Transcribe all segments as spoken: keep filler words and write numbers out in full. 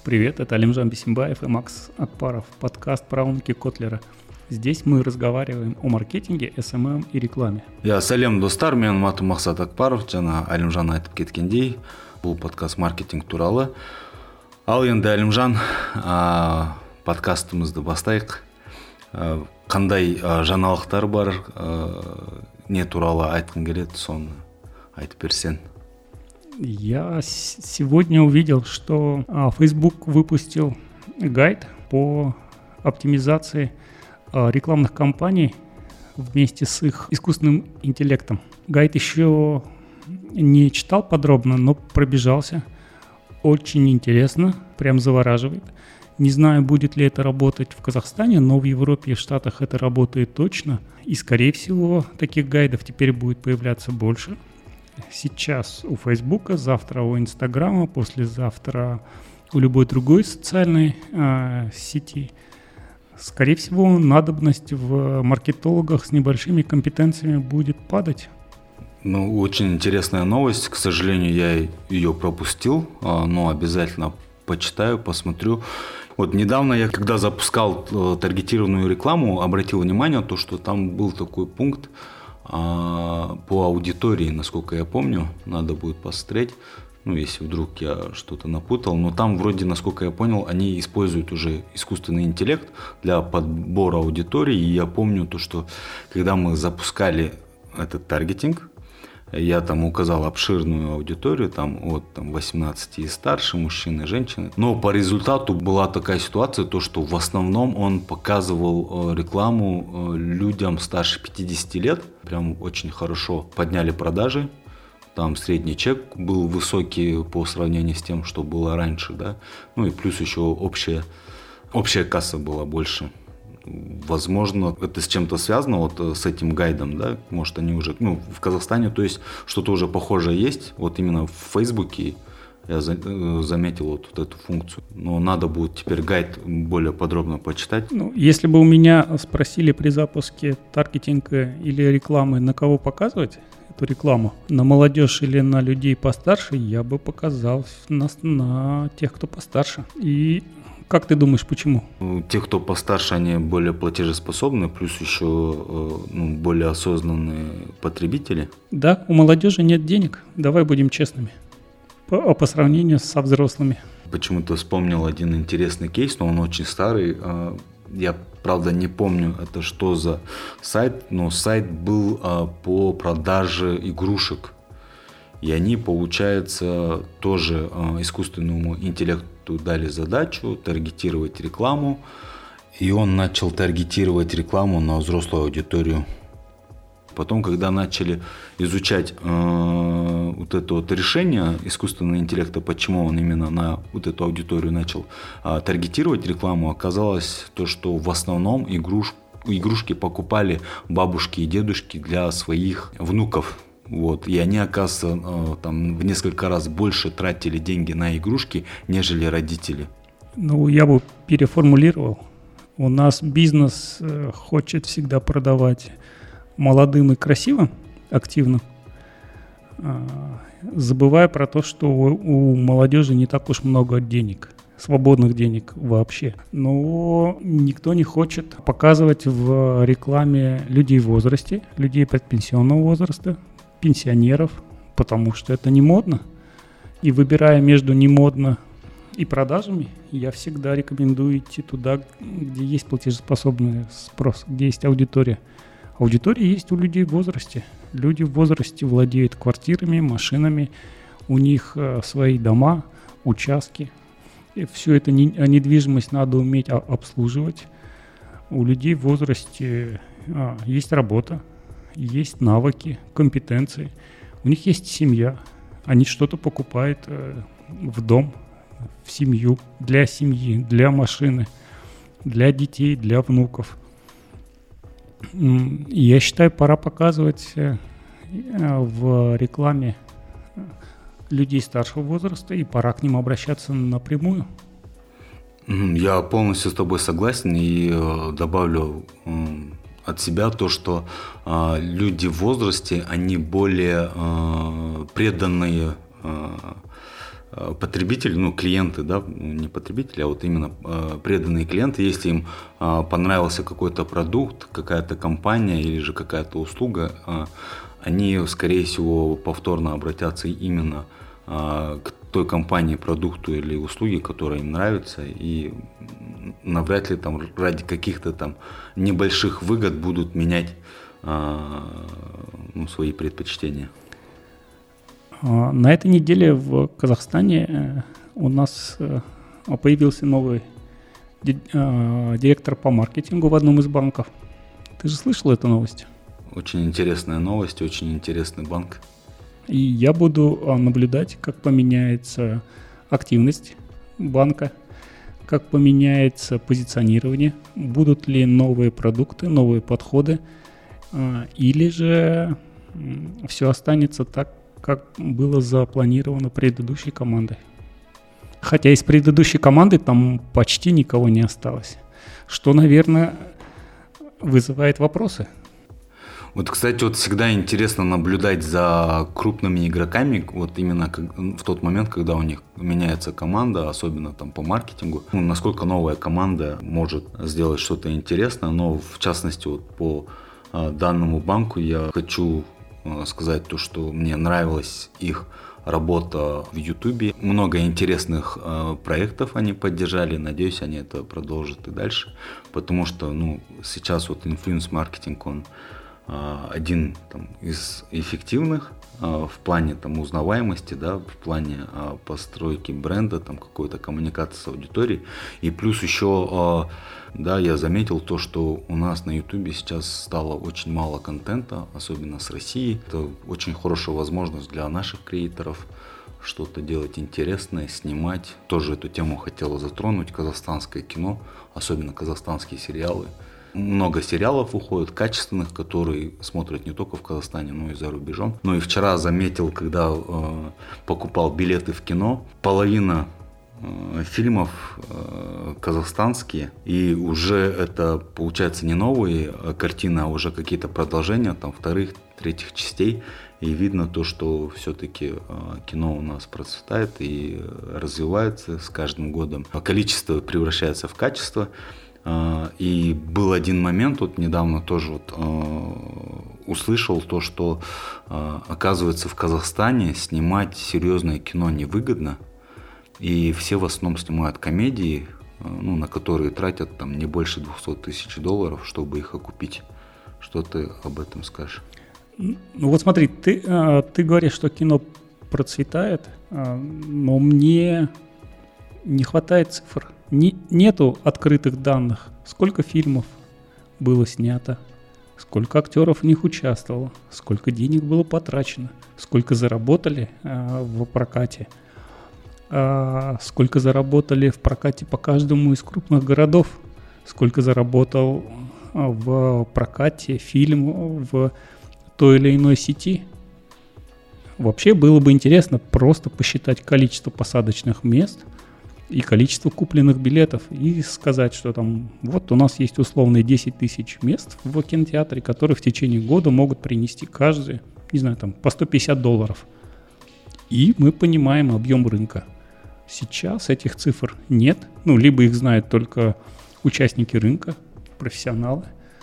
Привет, это Алимжан Бисимбаев и Макс Акпаров, подкаст «Правнуки Котлера». Здесь мы разговариваем о маркетинге, эс эм эм и рекламе. Я сәлем достар, мен атым Мақсат Акпаров, жана Алимжан айтып кеткендей, бұл подкаст маркетинг туралы. Ал енді Алимжан, подкастымызды бастайық. Қандай жаңалықтар бар, не туралы айтқың келеді, соны айтып берсең. Я сегодня увидел, что Facebook выпустил гайд по оптимизации рекламных кампаний вместе с их искусственным интеллектом. Гайд еще не читал подробно, но пробежался. Очень интересно, прям завораживает. Не знаю, будет ли это работать в Казахстане, но в Европе и в Штатах это работает точно. И, скорее всего, таких гайдов теперь будет появляться больше. Сейчас у Фейсбука, завтра у Инстаграма, послезавтра у любой другой социальной э, сети. Скорее всего, надобность в маркетологах с небольшими компетенциями будет падать. Ну, очень интересная новость. К сожалению, я ее пропустил, но обязательно почитаю, посмотрю. Вот недавно я, когда запускал таргетированную рекламу, обратил внимание на то, что там был такой пункт по аудитории, насколько я помню, надо будет посмотреть, ну, если вдруг я что-то напутал, но там вроде, насколько я понял, они используют уже искусственный интеллект для подбора аудитории, и я помню то, что когда мы запускали этот таргетинг, я там указал обширную аудиторию, там от там, восемнадцати и старше, мужчины и женщины. Но по результату была такая ситуация, то, что в основном он показывал рекламу людям старше пятидесяти лет. Прям очень хорошо подняли продажи. Там средний чек был высокий по сравнению с тем, что было раньше. Да? Ну и плюс еще общая, общая касса была больше. Возможно, это с чем-то связано, вот с этим гайдом, да, может они уже, ну, в Казахстане, то есть что-то уже похожее есть, вот именно в Фейсбуке я заметил вот, вот эту функцию, но надо будет теперь гайд более подробно почитать. Ну, если бы у меня спросили при запуске таргетинга или рекламы, на кого показывать эту рекламу, на молодежь или на людей постарше, я бы показал на, на тех, кто постарше. И как ты думаешь, почему? Те, кто постарше, они более платежеспособны, плюс еще ну, более осознанные потребители. Да, у молодежи нет денег, давай будем честными, по, по сравнению со взрослыми. Почему-то вспомнил один интересный кейс, но он очень старый. Я, правда, не помню, это что за сайт, но сайт был по продаже игрушек. И они, получается, тоже искусственному интеллекту дали задачу таргетировать рекламу, и он начал таргетировать рекламу на взрослую аудиторию. Потом, когда начали изучать э, вот это вот решение искусственного интеллекта, почему он именно на вот эту аудиторию начал э, таргетировать рекламу, оказалось то, что в основном игруш, игрушки покупали бабушки и дедушки для своих внуков. Вот. И они, оказывается, там в несколько раз больше тратили деньги на игрушки, нежели родители. Ну, я бы переформулировал. У нас бизнес хочет всегда продавать молодым и красивым, активно, забывая про то, что у молодежи не так уж много денег, свободных денег вообще. Но никто не хочет показывать в рекламе людей в возрасте, людей предпенсионного возраста, пенсионеров, потому что это не модно. И выбирая между не модно и продажами, я всегда рекомендую идти туда, где есть платежеспособный спрос, где есть аудитория. Аудитория есть у людей в возрасте. Люди в возрасте владеют квартирами, машинами, у них э, свои дома, участки. И всю эту не, недвижимость надо уметь обслуживать. У людей в возрасте а, есть работа, есть навыки, компетенции, у них есть семья, они что-то покупают э, в дом, в семью, для семьи, для машины, для детей, для внуков. И я считаю, пора показывать э, в рекламе людей старшего возраста, и пора к ним обращаться напрямую. Я полностью с тобой согласен и э, добавлю э, от себя то, что э, люди в возрасте, они более э, преданные э, потребители, ну, клиенты, да, не потребители, а вот именно преданные клиенты, если им понравился какой-то продукт, какая-то компания или же какая-то услуга, они, скорее всего, повторно обратятся именно к той компании, продукту или услуге, которая им нравится, и навряд ли там ради каких-то там небольших выгод будут менять ну, свои предпочтения. На этой неделе в Казахстане у нас появился новый директор по маркетингу в одном из банков. Ты же слышал эту новость? Очень интересная новость, очень интересный банк. И я буду наблюдать, как поменяется активность банка, как поменяется позиционирование, будут ли новые продукты, новые подходы, или же все останется так, как было запланировано предыдущей командой. Хотя из предыдущей команды там почти никого не осталось, что, наверное, вызывает вопросы. Вот, кстати, вот всегда интересно наблюдать за крупными игроками, вот именно в тот момент, когда у них меняется команда, особенно там по маркетингу, ну, насколько новая команда может сделать что-то интересное, но в частности вот по а, данному банку я хочу а, сказать то, что мне нравилась их работа в Ютубе, много интересных э, проектов они поддержали, надеюсь, они это продолжат и дальше, потому что, ну, сейчас вот инфлюенс-маркетинг, он э, один там, из эффективных э, в плане там узнаваемости, да, в плане э, постройки бренда, там какой-то коммуникации с аудиторией, и плюс еще э, да, я заметил то, что у нас на Ютубе сейчас стало очень мало контента, особенно с России. Это очень хорошая возможность для наших креаторов что-то делать интересное, снимать. Тоже эту тему хотела затронуть, казахстанское кино, особенно казахстанские сериалы. Много сериалов уходит, качественных, которые смотрят не только в Казахстане, но и за рубежом. Ну и вчера заметил, когда э, покупал билеты в кино, половина фильмов э, казахстанские, и уже это получается не новые картины, а уже какие-то продолжения там вторых, третьих частей, и видно то, что все-таки э, кино у нас процветает и развивается с каждым годом. Количество превращается в качество, э, и был один момент, вот недавно тоже вот, э, услышал то, что э, оказывается в Казахстане снимать серьезное кино невыгодно. И все в основном снимают комедии, ну, на которые тратят там не больше двухсот тысяч долларов, чтобы их окупить. Что ты об этом скажешь? Ну вот смотри, ты, ты говоришь, что кино процветает, но мне не хватает цифр. Не, нету открытых данных, сколько фильмов было снято, сколько актеров в них участвовало, сколько денег было потрачено, сколько заработали в прокате. Сколько заработали в прокате по каждому из крупных городов, сколько заработал в прокате фильм в той или иной сети. Вообще было бы интересно просто посчитать количество посадочных мест и количество купленных билетов и сказать, что там вот у нас есть условные десять тысяч мест в кинотеатре, которые в течение года могут принести каждый, не знаю, там по сто пятьдесят долларов. И мы понимаем объем рынка. Сейчас этих цифр нет, ну, либо их знают только участники рынка, профессионалы.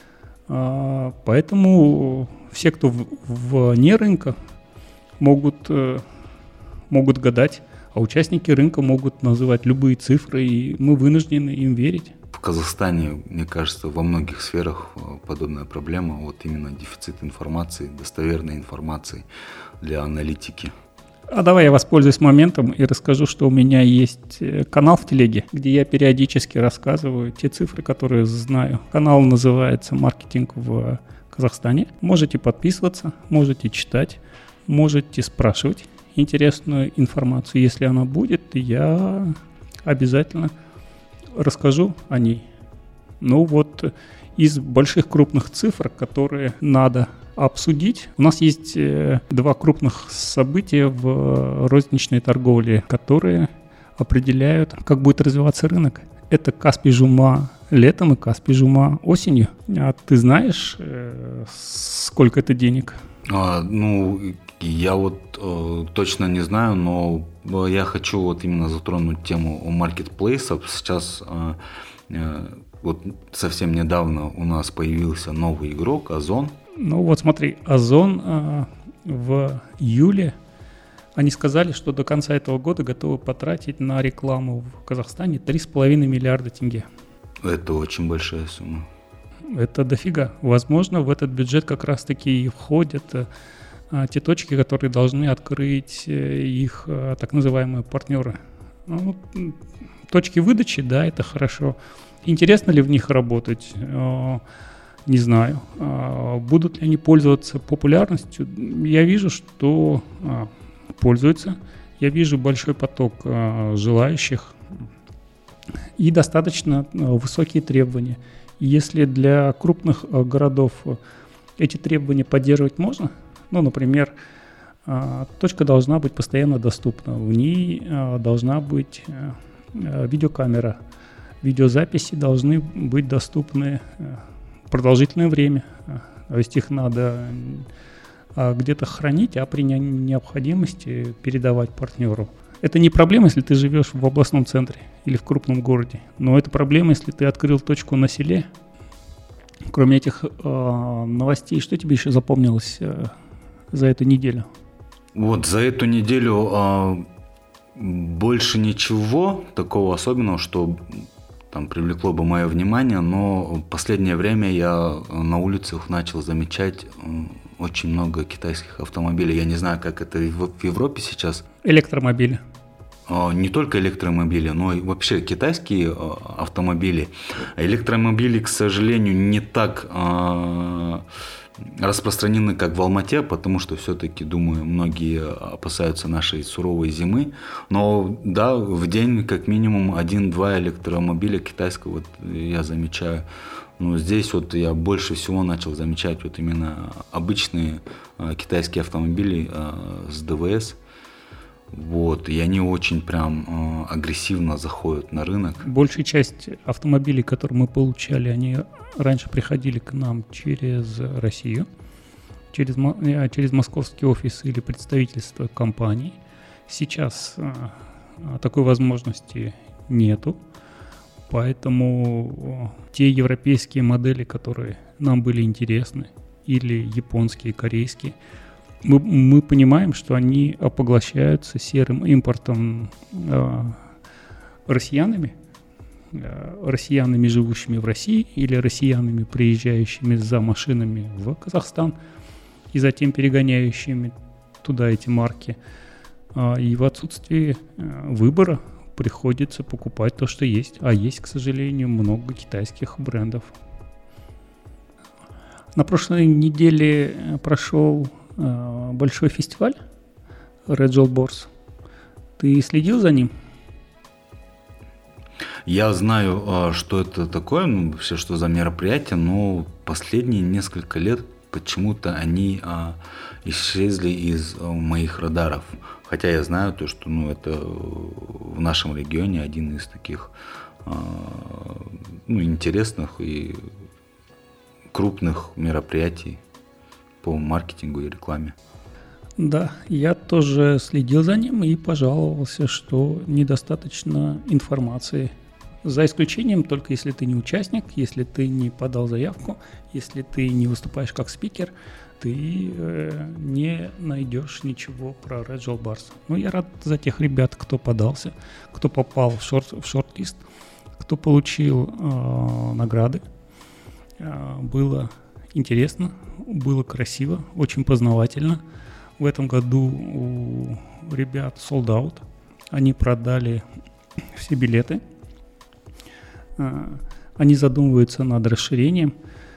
А, поэтому все, кто в, вне рынка, могут, могут гадать, а участники рынка могут называть любые цифры, и мы вынуждены им верить. В Казахстане, мне кажется, во многих сферах подобная проблема, вот именно дефицит информации, достоверной информации для аналитики. А давай я воспользуюсь моментом и расскажу, что у меня есть канал в Телеге, где я периодически рассказываю те цифры, которые знаю. Канал называется «Маркетинг в Казахстане». Можете подписываться, можете читать, можете спрашивать интересную информацию. Если она будет, я обязательно расскажу о ней. Ну вот из больших крупных цифр, которые надо обсудить. У нас есть э, два крупных события в розничной торговле, которые определяют, как будет развиваться рынок. Это Каспий-Жума летом и Каспий-Жума осенью. А ты знаешь, э, сколько это денег? А, ну, Я вот э, точно не знаю, но я хочу вот именно затронуть тему маркетплейсов. Сейчас э, э, вот совсем недавно у нас появился новый игрок Озон. Ну вот смотри, Озон э, в июле они сказали, что до конца этого года готовы потратить на рекламу в Казахстане три с половиной миллиарда тенге. Это очень большая сумма. Это дофига. Возможно, в этот бюджет как раз-таки и входят а, те точки, которые должны открыть их а, так называемые партнеры. Ну, точки выдачи, да, это хорошо. Интересно ли в них работать? А, не знаю. А, будут ли они пользоваться популярностью? Я вижу, что а, пользуются. Я вижу большой поток а, желающих и достаточно а, высокие требования. Если для крупных э, городов эти требования поддерживать можно, ну, например, э, точка должна быть постоянно доступна, в ней э, должна быть э, видеокамера, видеозаписи должны быть доступны э, продолжительное время, э, то есть их надо э, где-то хранить, а при необходимости передавать партнеру. Это не проблема, если ты живешь в областном центре или в крупном городе, но это проблема, если ты открыл точку на селе. Кроме этих э, новостей, что тебе еще запомнилось э, за эту неделю? Вот за эту неделю э, больше ничего такого особенного, что там привлекло бы мое внимание, но в последнее время я на улицах начал замечать э, очень много китайских автомобилей. Я не знаю, как это в Европе сейчас. Электромобили. Не только электромобили, но и вообще китайские автомобили. Электромобили, к сожалению, не так распространены, как в Алмате, потому что все-таки, думаю, многие опасаются нашей суровой зимы. Но да, в день как минимум один-два электромобиля китайского вот я замечаю. Но здесь вот я больше всего начал замечать вот именно обычные китайские автомобили с ДВС. Вот, и они очень прям э, агрессивно заходят на рынок. Большая часть автомобилей, которые мы получали, они раньше приходили к нам через Россию, через, через московский офис или представительство компаний. Сейчас э, такой возможности нету, поэтому те европейские модели, которые нам были интересны, или японские, корейские, Мы, мы понимаем, что они поглощаются серым импортом э, россиянами, э, россиянами, живущими в России, или россиянами, приезжающими за машинами в Казахстан и затем перегоняющими туда эти марки. Э, и в отсутствии э, выбора приходится покупать то, что есть. А есть, к сожалению, много китайских брендов. На прошлой неделе прошел большой фестиваль Red Joel Bors. Ты следил за ним? Я знаю, что это такое, ну, вообще, что за мероприятие, но последние несколько лет почему-то они а, исчезли из а, моих радаров. Хотя я знаю то, что ну, это в нашем регионе один из таких а, ну, интересных и крупных мероприятий по маркетингу и рекламе. Да, я тоже следил за ним и пожаловался, что недостаточно информации. За исключением только если ты не участник, если ты не подал заявку, если ты не выступаешь как спикер, ты э, не найдешь ничего про Red Joel Bors. Ну, я рад за тех ребят, кто подался, кто попал в, шорт, в шорт-лист, кто получил э, награды. Э, было интересно, было красиво, очень познавательно. В этом году у ребят sold out. Они продали все билеты. Они задумываются над расширением.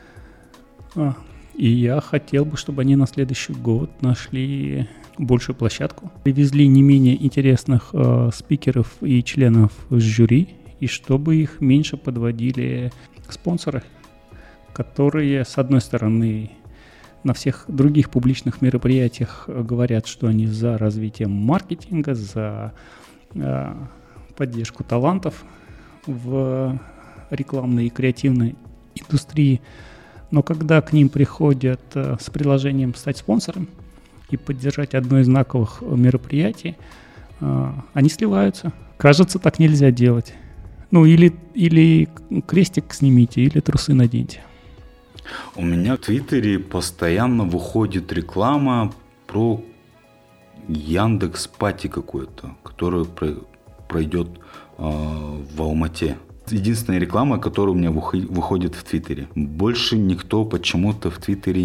И я хотел бы, чтобы они на следующий год нашли большую площадку. Привезли не менее интересных спикеров и членов жюри. И чтобы их меньше подводили спонсоры, которые, с одной стороны, на всех других публичных мероприятиях говорят, что они за развитие маркетинга, за э, поддержку талантов в рекламной и креативной индустрии. Но когда к ним приходят э, с предложением стать спонсором, и поддержать одно из знаковых мероприятий, они сливаются. Кажется, так нельзя делать. Ну, или, или крестик снимите, или трусы наденьте. У меня в Твиттере постоянно выходит реклама про Яндекс.Пати какой-то, который пройдет э, в Алмате. Единственная реклама, которая у меня выходит в Твиттере. Больше никто почему-то в Твиттере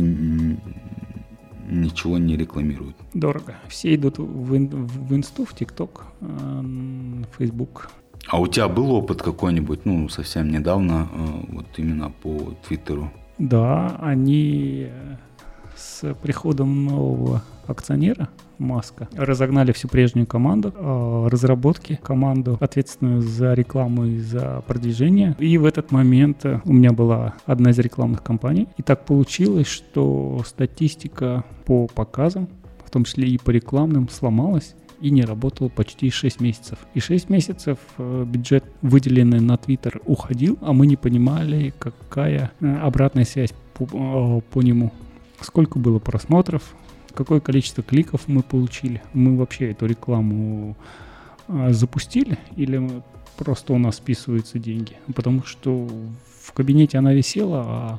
ничего не рекламирует. Дорого. Все идут в, ин, в Инсту, в ТикТок, в Фейсбук. А у тебя был опыт какой-нибудь, ну, совсем недавно, вот именно по Твиттеру? Да, они с приходом нового акционера Маска разогнали всю прежнюю команду разработки, команду, ответственную за рекламу и за продвижение. И в этот момент у меня была одна из рекламных кампаний. И так получилось, что статистика по показам, в том числе и по рекламным, сломалась и не работала почти шесть месяцев. И шесть месяцев бюджет, выделенный на Твиттер, уходил, а мы не понимали, какая обратная связь по, по нему. Сколько было просмотров, какое количество кликов мы получили. Мы вообще эту рекламу а, запустили или мы, просто у нас списываются деньги? Потому что в кабинете она висела, а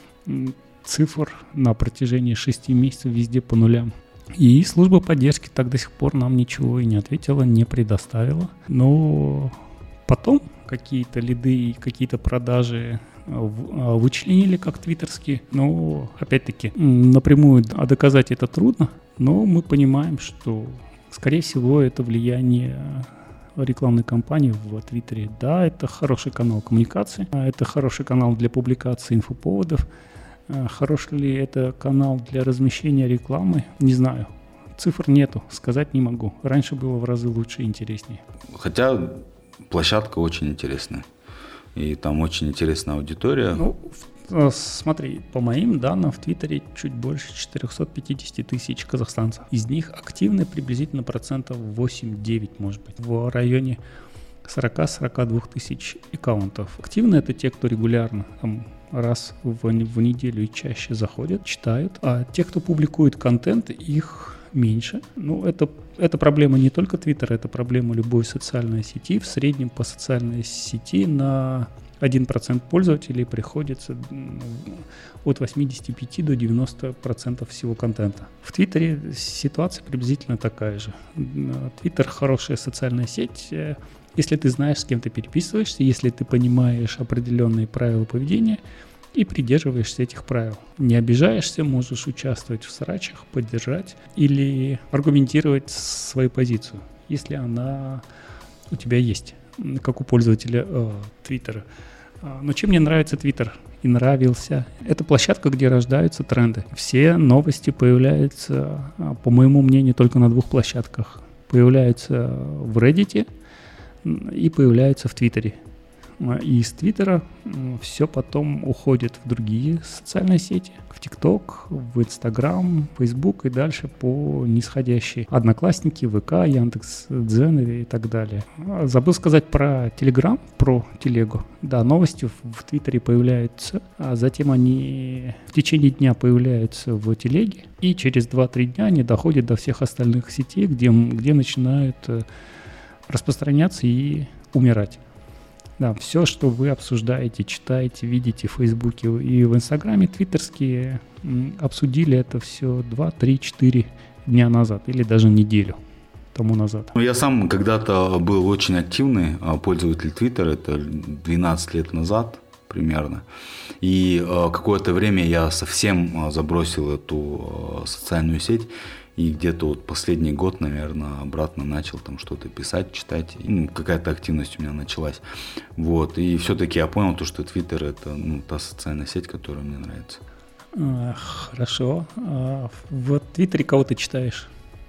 цифр на протяжении шести месяцев везде по нулям. И служба поддержки так до сих пор нам ничего и не ответила, не предоставила. Но потом какие-то лиды, какие-то продажи вычленили как твиттерские. Но, опять-таки, напрямую а доказать это трудно. Но мы понимаем, что, скорее всего, это влияние рекламной кампании в Твиттере. Да, это хороший канал коммуникации, это хороший канал для публикации инфоповодов. Хороший ли это канал для размещения рекламы? Не знаю. Цифр нету, сказать не могу. Раньше было в разы лучше и интереснее. Хотя площадка очень интересная. И там очень интересная аудитория. Ну, смотри, по моим данным, в Твиттере чуть больше четыреста пятьдесят тысяч казахстанцев. Из них активны приблизительно процентов восемь-девять, может быть. В районе сорок-сорок два тысяч аккаунтов. Активны это те, кто регулярно там, раз в, в неделю и чаще заходят, читают. А те, кто публикует контент, их меньше. Ну, это, это проблема не только Твиттера, это проблема любой социальной сети. В среднем по социальной сети на один процент пользователей приходится от восемьдесят пять до девяноста процентов всего контента. В Твиттере ситуация приблизительно такая же. Твиттер хорошая социальная сеть. Если ты знаешь, с кем ты переписываешься, если ты понимаешь определенные правила поведения и придерживаешься этих правил. Не обижаешься, можешь участвовать в срачах, поддержать или аргументировать свою позицию, если она у тебя есть, как у пользователя э, Твиттера. Но чем мне нравится Твиттер и нравился? Это площадка, где рождаются тренды. Все новости появляются, по моему мнению, только на двух площадках. Появляются в Reddit и появляются в Твиттере. И из Твиттера все потом уходит в другие социальные сети. В ТикТок, в Инстаграм, Фейсбук и дальше по нисходящей. Одноклассники, ВК, Яндекс.Дзен и так далее. Забыл сказать про Телеграм, про телегу. Да, новости в Твиттере появляются, а затем они в течение дня появляются в телеге. И через два-три дня они доходят до всех остальных сетей, где, где начинают распространяться и умирать. Да, все, что вы обсуждаете, читаете, видите в Фейсбуке и в Инстаграме, твиттерские, обсудили это все два, три, четыре дня назад или даже неделю тому назад. Я сам когда-то был очень активный пользователь Твиттера, это двенадцать лет назад примерно. И какое-то время я совсем забросил эту социальную сеть. И где-то вот последний год, наверное, обратно начал там что-то писать, читать. И, ну, какая-то активность у меня началась. Вот. И все-таки я понял, то, что Твиттер – это ну, та социальная сеть, которая мне нравится. А, хорошо. А в Твиттере кого ты читаешь?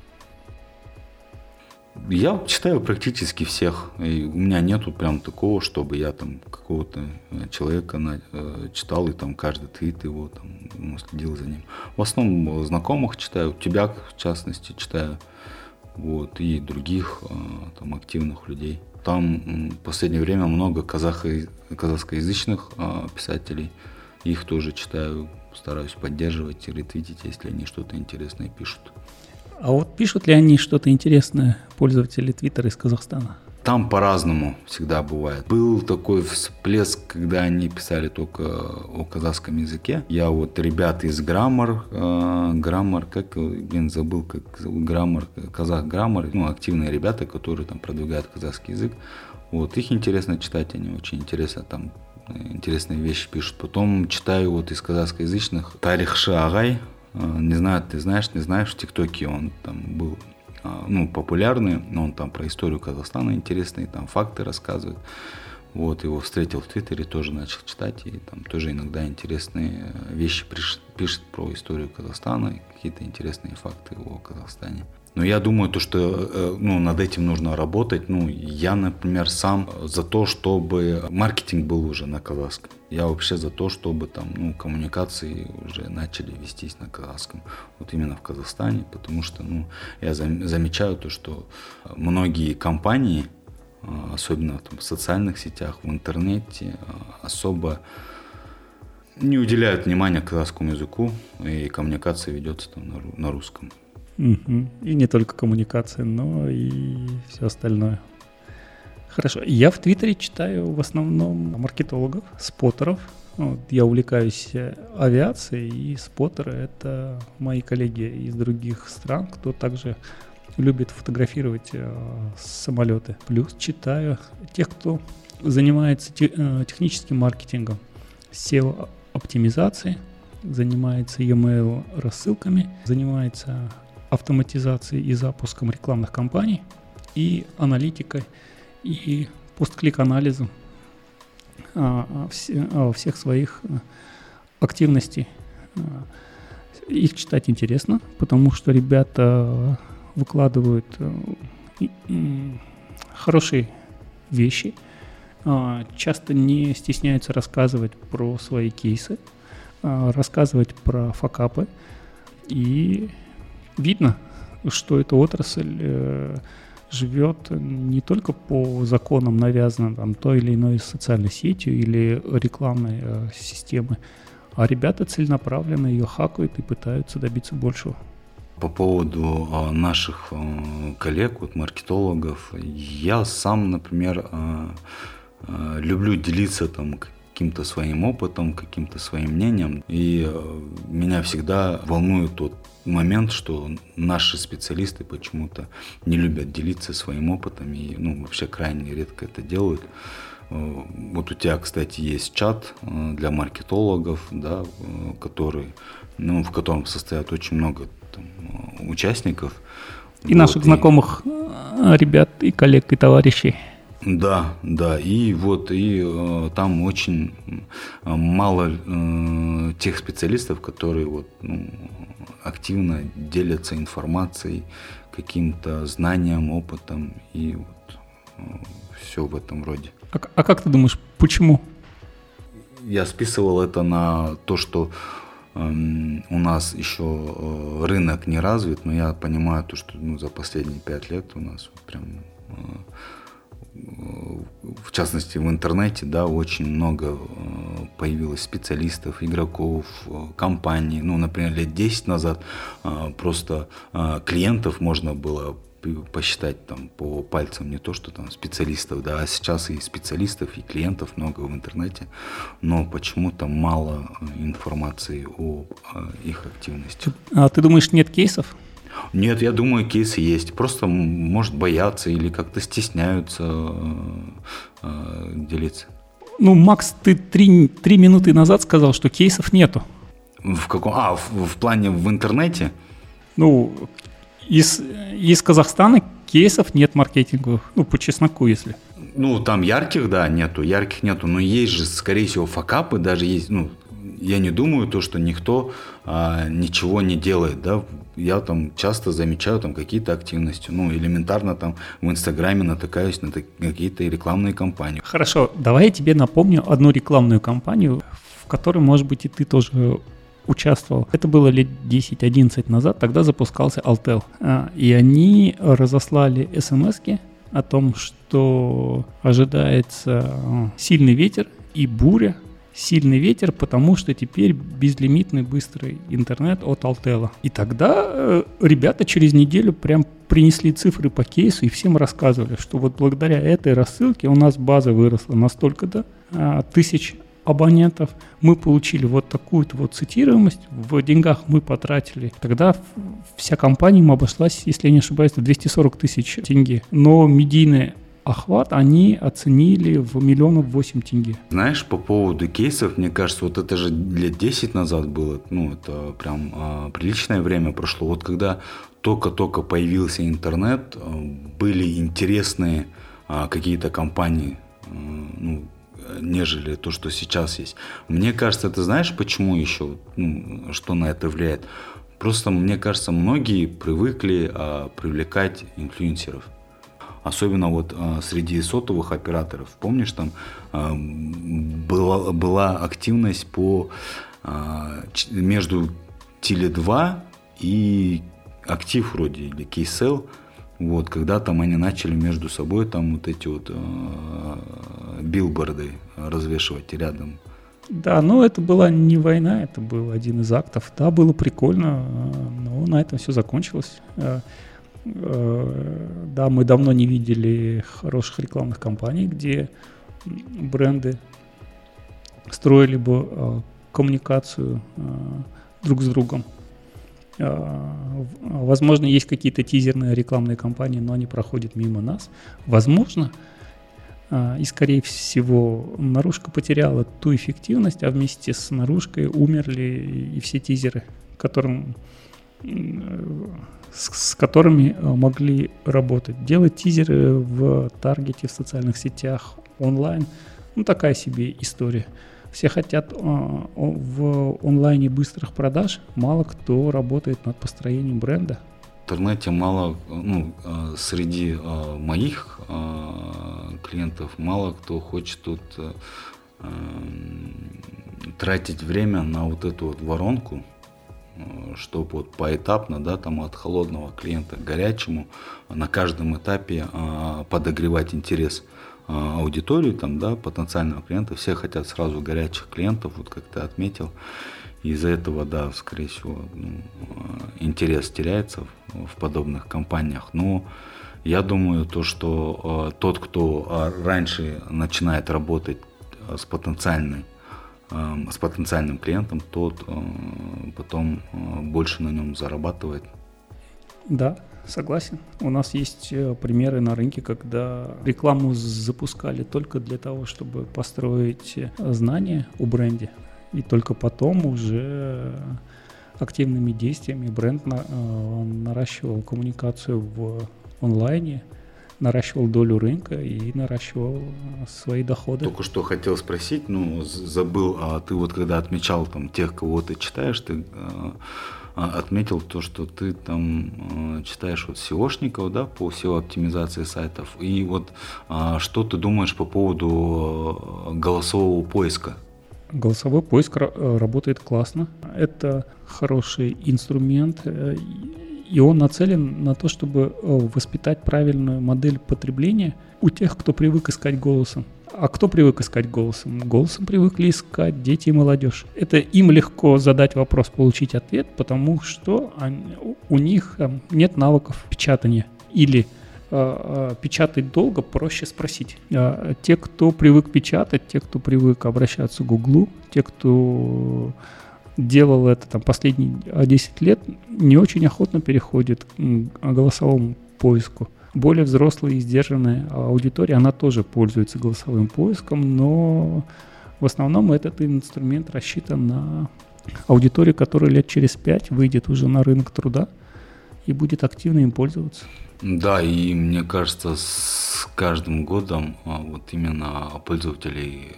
Я читаю практически всех. И у меня нету прям такого, чтобы я там какого-то человека на, э, читал и там каждый твит его там, ну, следил за ним. В основном знакомых читаю, тебя в частности читаю, вот, и других э, там активных людей. Там в последнее время много казахо- казахскоязычных э, писателей. Их тоже читаю, стараюсь поддерживать и ретвитить, если они что-то интересное пишут. А вот пишут ли они что-то интересное пользователи Твиттера из Казахстана? Там по-разному всегда бывает. Был такой всплеск, когда они писали только о казахском языке. Я вот ребята из Граммар, э, Граммар, как, блин, забыл, как зовут, Граммар, Казах Граммар, ну, активные ребята, которые там продвигают казахский язык. Вот, их интересно читать, они очень интересно там, интересные вещи пишут. Потом читаю вот из казахскоязычных Тарихши Агай, э, не знаю, ты знаешь, не знаешь, в ТикТоке он там был. Ну, популярный, но он там про историю Казахстана интересные, там факты рассказывает. Вот, его встретил в Твиттере, тоже начал читать, и там тоже иногда интересные вещи пишет, пишет про историю Казахстана, какие-то интересные факты о Казахстане. Но я думаю, то, что ну, над этим нужно работать. Ну, я, например, сам за то, чтобы маркетинг был уже на казахском. Я вообще за то, чтобы там, ну, коммуникации уже начали вестись на казахском. Вот именно в Казахстане, потому что ну, я замечаю то, что многие компании, особенно там, в социальных сетях, в интернете, особо не уделяют внимания казахскому языку, и коммуникация ведется там на, на русском. Угу. И не только коммуникация, но и все остальное. Хорошо. Я в Твиттере читаю в основном маркетологов, споттеров. Вот, я увлекаюсь авиацией, и споттеры — это мои коллеги из других стран, кто также любит фотографировать э, самолеты. Плюс читаю тех, кто занимается те, э, техническим маркетингом, сео-оптимизацией, занимается e-mail рассылками, занимается автоматизацией и запуском рекламных кампаний, и аналитикой, и постклик-анализом а, все, а, всех своих активностей. Их читать интересно, потому что ребята выкладывают хорошие вещи, часто не стесняются рассказывать про свои кейсы, рассказывать про факапы, и видно, что эта отрасль э, живет не только по законам, навязанным там, той или иной социальной сетью или рекламной э, системы, а ребята целенаправленно ее хакают и пытаются добиться большего. По поводу э, наших э, коллег, вот, маркетологов, я сам, например, э, э, люблю делиться там каким-то своим опытом, каким-то своим мнением, и э, меня всегда волнует тот момент, что наши специалисты почему-то не любят делиться своим опытом и ну, вообще крайне редко это делают. Вот у тебя, кстати, есть чат для маркетологов, да, который, ну, в котором состоят очень много там, участников. И вот, наших и... знакомых ребят, и коллег, и товарищей. Да, да, и вот и э, там очень мало э, тех специалистов, которые вот, ну, активно делятся информацией, каким-то знанием, опытом и вот, э, все в этом роде. А, а как ты думаешь, почему? Я списывал это на то, что э, у нас еще э, рынок не развит, но я понимаю то, что ну, за последние пять лет у нас вот прям э, в частности в интернете, да, очень много появилось специалистов, игроков, компаний. Ну, например, лет десять назад просто клиентов можно было посчитать там по пальцам, не то что там специалистов, да, а сейчас и специалистов, и клиентов много в интернете, но почему-то мало информации о их активности. А ты думаешь, нет кейсов? Нет, я думаю, кейсы есть. Просто, может, боятся или как-то стесняются э, э, делиться. Ну, Макс, ты три, три минуты назад сказал, что кейсов нету. В каком? А, в, в плане в интернете? Ну, из, из Казахстана кейсов нет маркетинговых. Ну, по чесноку, если. Ну, там ярких, да, нету. Ярких нету. Но есть же, скорее всего, факапы. Даже есть, ну, я не думаю, то, что никто а, ничего не делает, да. Я там часто замечаю там какие-то активности, ну, элементарно там в Инстаграме натыкаюсь на какие-то рекламные кампании. Хорошо, давай я тебе напомню одну рекламную кампанию, в которой, может быть, и ты тоже участвовал. Это было лет десять-одиннадцать назад, тогда запускался Алтел, и они разослали смс-ки о том, что ожидается сильный ветер и буря, сильный ветер, потому что теперь безлимитный быстрый интернет от Алтела. И тогда э, ребята через неделю прям принесли цифры по кейсу и всем рассказывали, что вот благодаря этой рассылке у нас база выросла на столько-то э, тысяч абонентов, мы получили вот такую-то вот цитируемость, в деньгах мы потратили. Тогда вся компания им обошлась, если я не ошибаюсь, в двести сорок тысяч тенге. Но медийный охват они оценили в миллионов восемь тенге. Знаешь, по поводу кейсов, мне кажется, вот это же лет десять назад было, ну, это прям а, приличное время прошло. Вот когда только-только появился интернет, были интересные а, какие-то компании, а, ну, нежели то, что сейчас есть. Мне кажется, ты знаешь, почему еще, ну, что на это влияет? Просто, мне кажется, многие привыкли а, привлекать инфлюенсеров. Особенно вот а, среди сотовых операторов. Помнишь, там а, была, была активность по, а, ч, между Теле два и Актив вроде, или Кейсел. Вот, когда там они начали между собой там вот эти вот э, билборды развешивать рядом. Да, но это была не война, это был один из актов. Да, было прикольно, но на этом все закончилось. Э, э, да, мы давно не видели хороших рекламных кампаний, где бренды строили бы э, коммуникацию э, друг с другом. Возможно, есть какие-то тизерные рекламные кампании, но они проходят мимо нас. Возможно, и скорее всего, наружка потеряла ту эффективность, а вместе с наружкой умерли и все тизеры, которым, с, с которыми могли работать. Делать тизеры в таргете, в социальных сетях, онлайн, ну такая себе история. Все хотят э, в онлайне быстрых продаж, мало кто работает над построением бренда. В интернете мало, ну, среди э, моих э, клиентов мало кто хочет тут э, э, тратить время на вот эту вот воронку, э, чтобы вот поэтапно, да, там от холодного клиента к горячему на каждом этапе э, подогревать интерес аудиторию, там, да, потенциального клиента. Все хотят сразу горячих клиентов, вот как ты отметил. Из-за этого, да, скорее всего, ну, интерес теряется в, в подобных компаниях. Но я думаю, то, что э, тот, кто э, раньше начинает работать с, потенциальной, э, с потенциальным клиентом, тот э, потом э, больше на нем зарабатывает. Да. Согласен. У нас есть примеры на рынке, когда рекламу запускали только для того, чтобы построить знания о бренде. И только потом уже активными действиями бренд на, наращивал коммуникацию в онлайне, наращивал долю рынка и наращивал свои доходы. Только что хотел спросить, ну, забыл, а ты вот когда отмечал там тех, кого ты читаешь, ты отметил то, что ты там э, читаешь вот сеошников, да, по сео-оптимизации сайтов. И вот э, что ты думаешь по поводу э, голосового поиска? Голосовой поиск р- работает классно. Это хороший инструмент, э, и он нацелен на то, чтобы э, воспитать правильную модель потребления у тех, кто привык искать голосом. А кто привык искать голосом? Голосом привыкли искать дети и молодежь. Это им легко задать вопрос, получить ответ, потому что они, у них нет навыков печатания. Или э, печатать долго, проще спросить. Э, те, кто привык печатать, те, кто привык обращаться к Гуглу, те, кто делал это там, последние десять лет, не очень охотно переходит к голосовому поиску. Более взрослая и сдержанная аудитория, она тоже пользуется голосовым поиском, но в основном этот инструмент рассчитан на аудиторию, которая лет через пять выйдет уже на рынок труда и будет активно им пользоваться. Да, и мне кажется, с каждым годом вот именно пользователей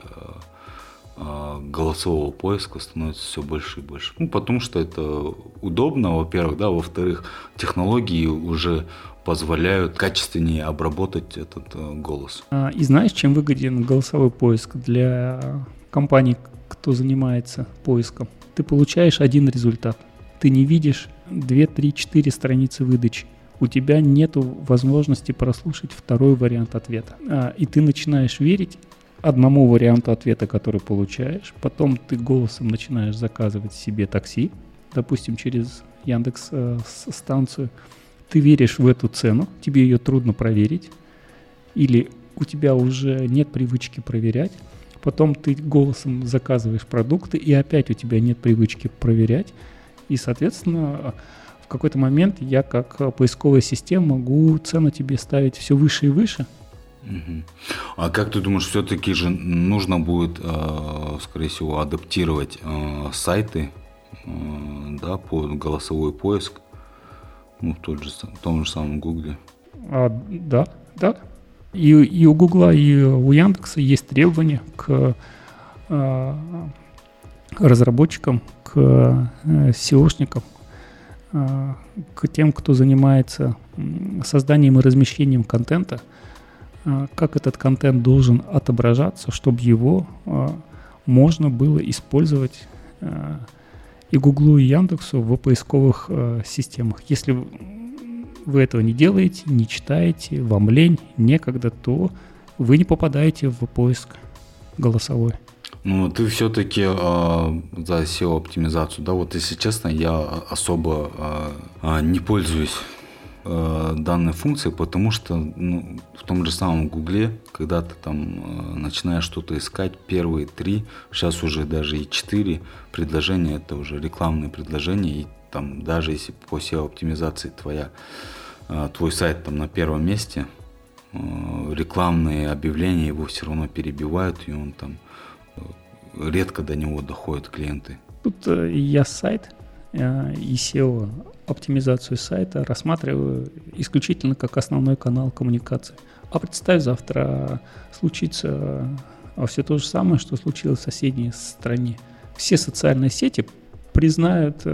голосового поиска становится все больше и больше. Ну, потому что это удобно, во-первых, да, во-вторых, технологии уже позволяют качественнее обработать этот э, голос. И знаешь, чем выгоден голосовой поиск для компаний, кто занимается поиском? Ты получаешь один результат. Ты не видишь две, три, четыре страницы выдачи. У тебя нет возможности прослушать второй вариант ответа. И ты начинаешь верить одному варианту ответа, который получаешь. Потом ты голосом начинаешь заказывать себе такси, допустим, через Яндекс.Станцию. Ты веришь в эту цену, тебе ее трудно проверить. Или у тебя уже нет привычки проверять. Потом ты голосом заказываешь продукты, и опять у тебя нет привычки проверять. И, соответственно, в какой-то момент я, как поисковая система, могу цену тебе ставить все выше и выше. Угу. А как ты думаешь, все-таки же нужно будет, э, скорее всего, адаптировать э, сайты э, да, под голосовой поиск, ну, в, тот же, в том же самом Гугле? А, да, да. И, и у Гугла, и у Яндекса есть требования к э, разработчикам, к э, сеошникам, э, к тем, кто занимается созданием и размещением контента, как этот контент должен отображаться, чтобы его э, можно было использовать э, и Гуглу, и Яндексу в поисковых э, системах. Если вы этого не делаете, не читаете, вам лень, некогда, то вы не попадаете в поиск голосовой. Ну, ты все-таки э, за сео-оптимизацию, да, вот если честно, я особо э, не пользуюсь данной функции, потому что ну, в том же самом Гугле, когда ты там э, начинаешь что-то искать, первые три, сейчас уже даже и четыре предложения, это уже рекламные предложения, и там даже если по сео-оптимизации твоя, э, твой сайт там на первом месте, э, рекламные объявления его все равно перебивают, и он там э, редко до него доходят клиенты. Тут э, я сайт э, и сео оптимизацию сайта рассматриваю исключительно как основной канал коммуникации. А представь, завтра случится все то же самое, что случилось в соседней стране. Все социальные сети признают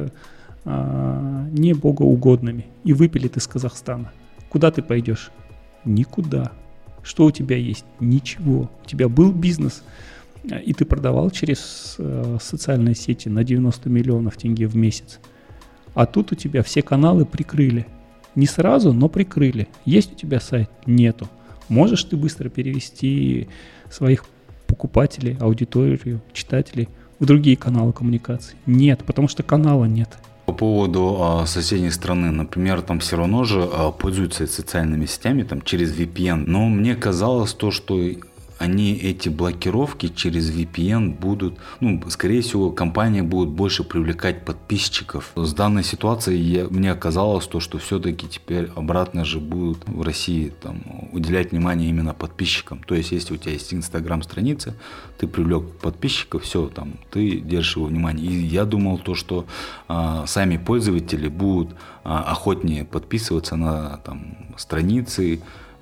а, не богоугодными и выпилят из Казахстана. Куда ты пойдешь? Никуда. Что у тебя есть? Ничего. У тебя был бизнес, и ты продавал через а, социальные сети на девяносто миллионов тенге в месяц. А тут у тебя все каналы прикрыли. Не сразу, но прикрыли. Есть у тебя сайт? Нету. Можешь ты быстро перевести своих покупателей, аудиторию, читателей в другие каналы коммуникации? Нет, потому что канала нет. По поводу а, соседней страны, например, там все равно же а, пользуются социальными сетями там, через ви пи эн. Но мне казалось то, что они эти блокировки через ви пи эн будут, ну, скорее всего, компания будет больше привлекать подписчиков. С данной ситуацией я, мне оказалось то, что все-таки теперь обратно же будут в России там, уделять внимание именно подписчикам. То есть, если у тебя есть инстаграм-страница, ты привлек подписчиков, все, там, ты держишь его внимание. И я думал то, что а, сами пользователи будут а, охотнее подписываться на там, страницы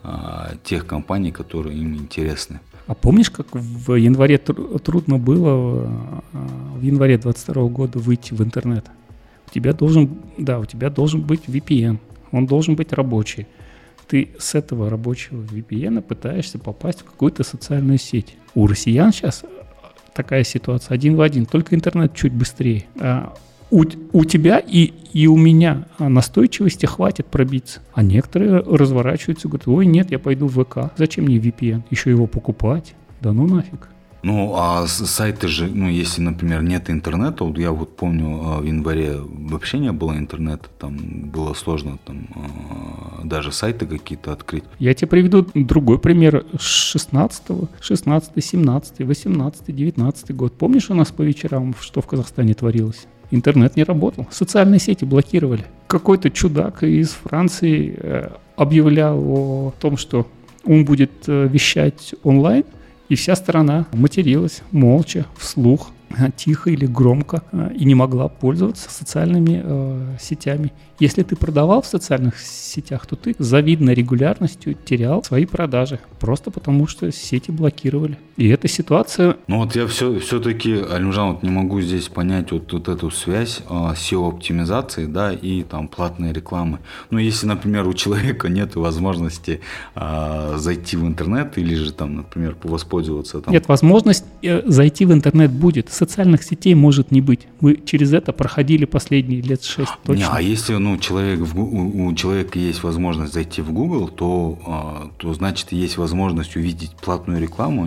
тех компаний, которые им интересны. А помнишь, как в январе тру- трудно было в январе двадцать второго года выйти в интернет? У тебя должен, да, у тебя должен быть ви пи эн, он должен быть рабочий. Ты с этого рабочего ви пи эн пытаешься попасть в какую-то социальную сеть. У россиян сейчас такая ситуация один в один, только интернет чуть быстрее. А У, у тебя и, и у меня настойчивости хватит пробиться. А некоторые разворачиваются и говорят: ой, нет, я пойду в ВК. Зачем мне ви пи эн? Еще его покупать? Да ну нафиг. Ну, а сайты же, ну, если, например, нет интернета, вот я вот помню, в январе вообще не было интернета, там было сложно там даже сайты какие-то открыть. Я тебе приведу другой пример. шестнадцатого, шестнадцатый, семнадцатый, восемнадцатый, девятнадцатый год. Помнишь у нас по вечерам, что в Казахстане творилось? Интернет не работал, социальные сети блокировали. Какой-то чудак из Франции э, объявлял о том, что он будет э, вещать онлайн, и вся страна материлась молча, вслух, тихо или громко, э, и не могла пользоваться социальными э, сетями. Если ты продавал в социальных сетях, то ты с завидной регулярностью терял свои продажи, просто потому что сети блокировали. И эта ситуация... Ну вот я все, все-таки, Алимжан, вот не могу здесь понять вот, вот эту связь а, сео-оптимизации, да, и там платной рекламы. Ну если, например, у человека нет возможности а, зайти в интернет или же там, например, воспользоваться... Там... Нет, возможность э, зайти в интернет будет. Социальных сетей может не быть. Мы через это проходили последние лет шесть точно. Не, а если ну, человек в, у, у человека есть возможность зайти в Google, то, а, то значит есть возможность увидеть платную рекламу, нет?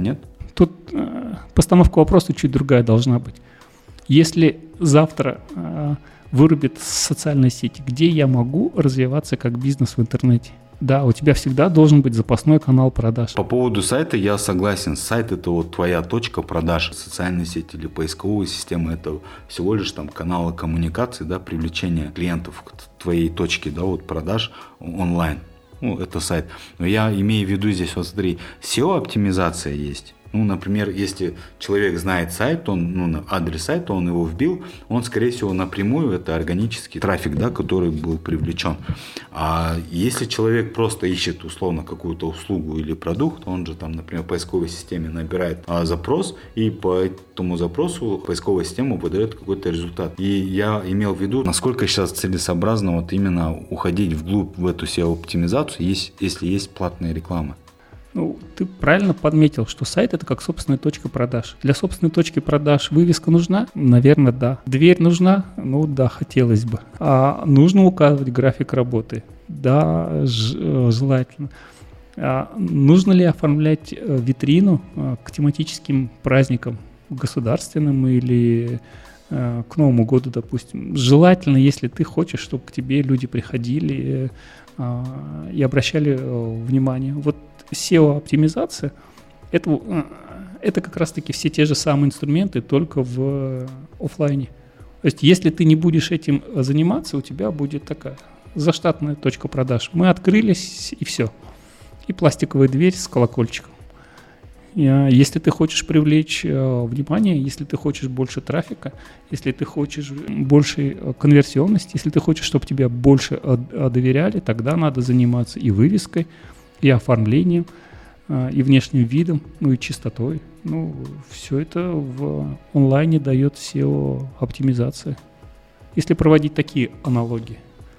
тут э, постановка вопроса чуть другая должна быть. Если завтра э, вырубят социальные сети, где я могу развиваться как бизнес в интернете? Да, у тебя всегда должен быть запасной канал продаж. По поводу сайта я согласен. Сайт – это вот твоя точка продаж. Социальные сети или поисковые системы – это всего лишь там каналы коммуникации, да, привлечения клиентов к твоей точке, да, вот продаж онлайн. Ну, это сайт. Но я имею в виду здесь, вот смотри, сео-оптимизация есть. Ну, например, если человек знает сайт, он, ну, адрес сайта, он его вбил, он, скорее всего, напрямую, это органический трафик, да, который был привлечен. А если человек просто ищет, условно, какую-то услугу или продукт, он же там, например, в поисковой системе набирает а, запрос, и по этому запросу поисковая система выдает какой-то результат. И я имел в виду, насколько сейчас целесообразно вот именно уходить вглубь в эту сео-оптимизацию, если есть платная реклама. Ну, ты правильно подметил, что сайт – это как собственная точка продаж. Для собственной точки продаж вывеска нужна? Наверное, да. Дверь нужна? Ну да, хотелось бы. А нужно указывать график работы? Да, желательно. А нужно ли оформлять витрину к тематическим праздникам, государственным или к Новому году, допустим? Желательно, если ты хочешь, чтобы к тебе люди приходили и обращали внимание. Вот сео-оптимизация это, это как раз-таки все те же самые инструменты, только в офлайне. То есть, если ты не будешь этим заниматься, у тебя будет такая заштатная точка продаж. Мы открылись, и все. И пластиковая дверь с колокольчиком. Если ты хочешь привлечь внимание, если ты хочешь больше трафика, если ты хочешь большей конверсионности, если ты хочешь, чтобы тебя больше доверяли, тогда надо заниматься и вывеской, и оформлением, и внешним видом, ну и чистотой. Ну, все это в онлайне дает сео-оптимизация. Если проводить такие аналогии.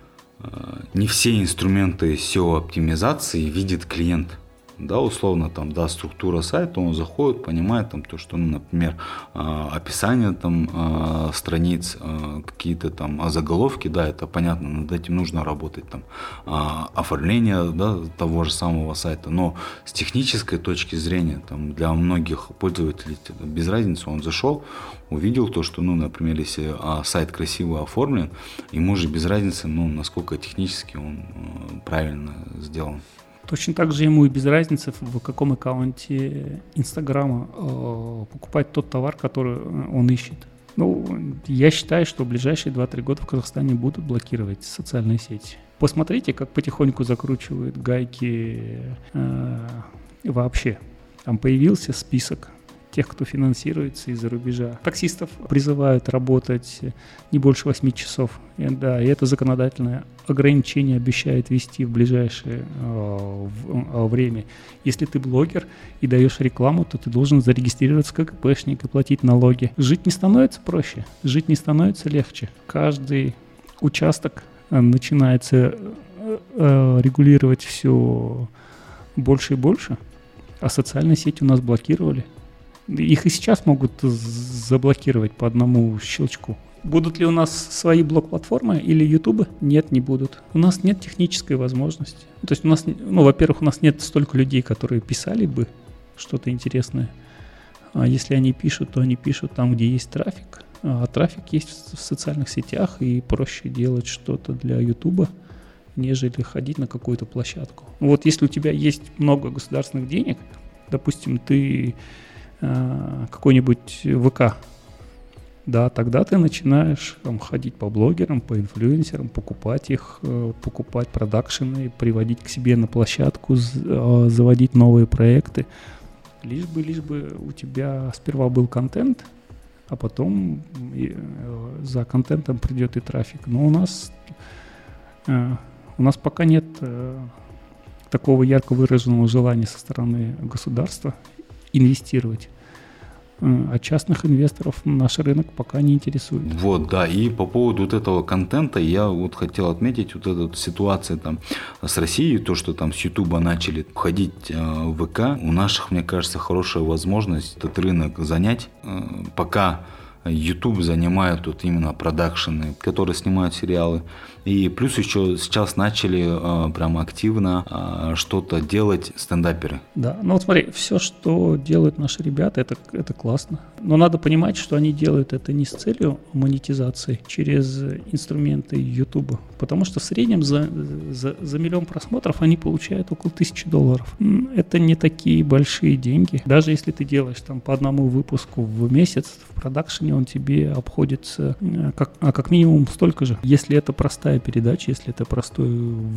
Не все инструменты сео-оптимизации видит клиент. Да, условно, там, да, структура сайта, он заходит, понимает, там, то, что, ну, например, описание там страниц, какие-то там заголовки, да, это понятно, над этим нужно работать, там, оформление, да, того же самого сайта, но с технической точки зрения, там, для многих пользователей без разницы, он зашел, увидел то, что, ну, например, если сайт красиво оформлен, ему же без разницы, ну, насколько технически он правильно сделан. Точно так же ему и без разницы, в каком аккаунте Инстаграма э, покупать тот товар, который он ищет. Ну, я считаю, что в ближайшие два-три года в Казахстане будут блокировать социальные сети. Посмотрите, как потихоньку закручивают гайки э, вообще. Там появился список тех, кто финансируется из-за рубежа. Таксистов призывают работать не больше восьми часов. И, да, и это законодательное ограничение обещает ввести в ближайшее э, в, э, время. Если ты блогер и даешь рекламу, то ты должен зарегистрироваться как ИПшник и платить налоги. Жить не становится проще, жить не становится легче. Каждый участок э, начинается э, э, регулировать все больше и больше, а социальные сети у нас блокировали. Их и сейчас могут заблокировать по одному щелчку. Будут ли у нас свои блок-платформы или ютубы? Нет, не будут. У нас нет технической возможности. То есть у нас, ну, во-первых, у нас нет столько людей, которые писали бы что-то интересное. А если они пишут, то они пишут там, где есть трафик. А трафик есть в социальных сетях, и проще делать что-то для ютуба, нежели ходить на какую-то площадку. Вот если у тебя есть много государственных денег, допустим, ты какой-нибудь ВК, да, тогда ты начинаешь там ходить по блогерам, по инфлюенсерам, покупать их, покупать продакшены, приводить к себе на площадку, заводить новые проекты. Лишь бы, лишь бы у тебя сперва был контент, а потом за контентом придет и трафик. Но у нас, у нас пока нет такого ярко выраженного желания со стороны государства инвестировать. А частных инвесторов наш рынок пока не интересует. Вот, да, и по поводу вот этого контента я вот хотел отметить вот эту вот ситуацию там с Россией, то, что там с Ютуба начали входить э, в ВК. У наших, мне кажется, хорошая возможность этот рынок занять. Э, пока YouTube занимает тут именно продакшены, которые снимают сериалы. И плюс еще сейчас начали э, прям активно э, что-то делать стендаперы. Да, ну вот смотри, все, что делают наши ребята, это, это классно. Но надо понимать, что они делают это не с целью монетизации через инструменты YouTube. Потому что в среднем за, за, за миллион просмотров они получают около тысячи долларов. Это не такие большие деньги. Даже если ты делаешь там по одному выпуску в месяц, в продакшене он тебе обходится как, а как минимум столько же. Если это простая передача, если это простой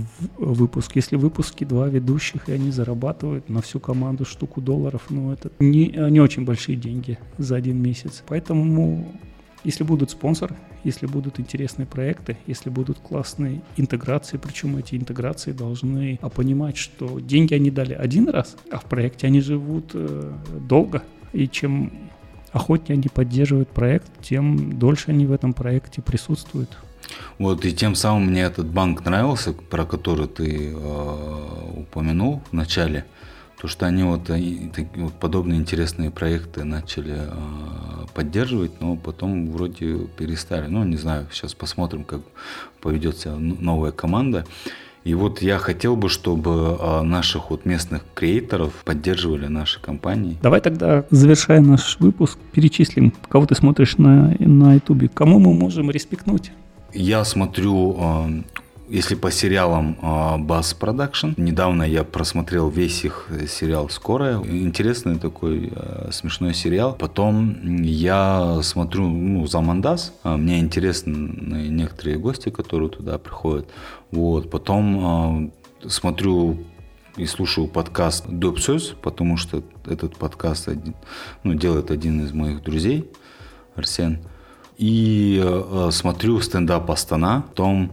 выпуск, если выпуски два ведущих, и они зарабатывают на всю команду штуку долларов, ну это не, не очень большие деньги за один месяц. Поэтому если будут спонсоры, если будут интересные проекты, если будут классные интеграции, причем эти интеграции должны понимать, что деньги они дали один раз, а в проекте они живут э, долго, и чем охотнее они поддерживают проект, тем дольше они в этом проекте присутствуют. Вот, и тем самым мне этот банк нравился, про который ты э, упомянул в начале, то, что они вот, они, такие вот подобные интересные проекты начали э, поддерживать, но потом вроде перестали. Ну, не знаю, сейчас посмотрим, как поведет себя новая команда. И вот я хотел бы, чтобы наших вот местных креаторов поддерживали наши компании. Давай тогда, завершая наш выпуск, перечислим, кого ты смотришь на, на YouTube, кому мы можем респектнуть. Я смотрю, если по сериалам, Bass Production. Недавно я просмотрел весь их сериал «Скорая». Интересный такой смешной сериал. Потом я смотрю, ну, Замандас. Мне интересны некоторые гости, которые туда приходят. Вот. Потом смотрю и слушаю подкаст «Допсёс», потому что этот подкаст один, ну, делает один из моих друзей, Арсен. И э, смотрю стендап Астана, потом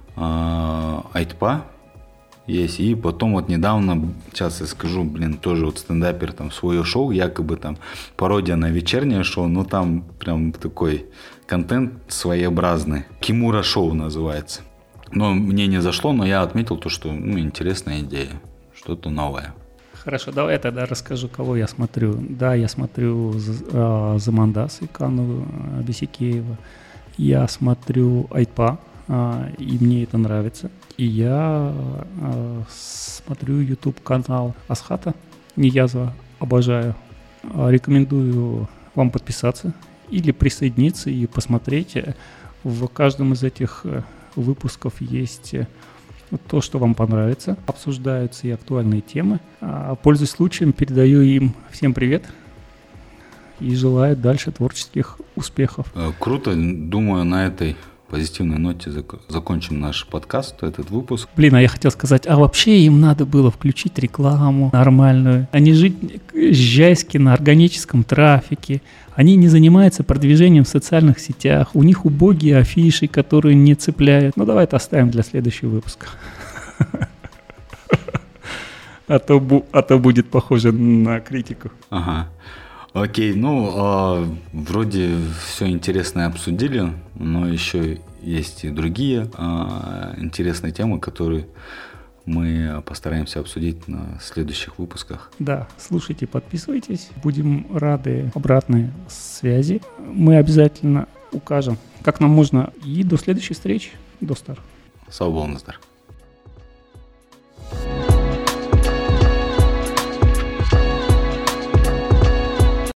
э, Айтпа есть. И потом вот недавно, сейчас я скажу, блин, тоже вот стендапер там свое шоу, якобы там пародия на вечернее шоу, но там прям такой контент своеобразный. Кимура шоу называется. Но мне не зашло, но я отметил то, что, ну, интересная идея, что-то новое. Хорошо, давай я тогда расскажу, кого я смотрю. Да, я смотрю э, Замандас Икану Бесикеева. Я смотрю Айтпа, э, и мне это нравится. И я э, смотрю YouTube-канал Асхата Ниязова, обожаю. Э, рекомендую вам подписаться или присоединиться и посмотреть. В каждом из этих выпусков есть то, что вам понравится. Обсуждаются и актуальные темы. Пользуясь случаем, передаю им всем привет и желаю дальше творческих успехов. Круто. Думаю, на этой позитивной ноте закончим наш подкаст, этот выпуск. Блин, а я хотел сказать, а вообще им надо было включить рекламу нормальную, а не жить жайски на органическом трафике. Они не занимаются продвижением в социальных сетях. У них убогие афиши, которые не цепляют. Ну, давай это оставим для следующего выпуска. А то, а то будет похоже на критику. Ага. Окей, ну, э, вроде все интересное обсудили, но еще есть и другие э, интересные темы, которые мы постараемся обсудить на следующих выпусках. Да, слушайте, подписывайтесь. Будем рады обратной связи. Мы обязательно укажем, как нам можно. И до следующей встречи. Достар. Сау болыңыздар.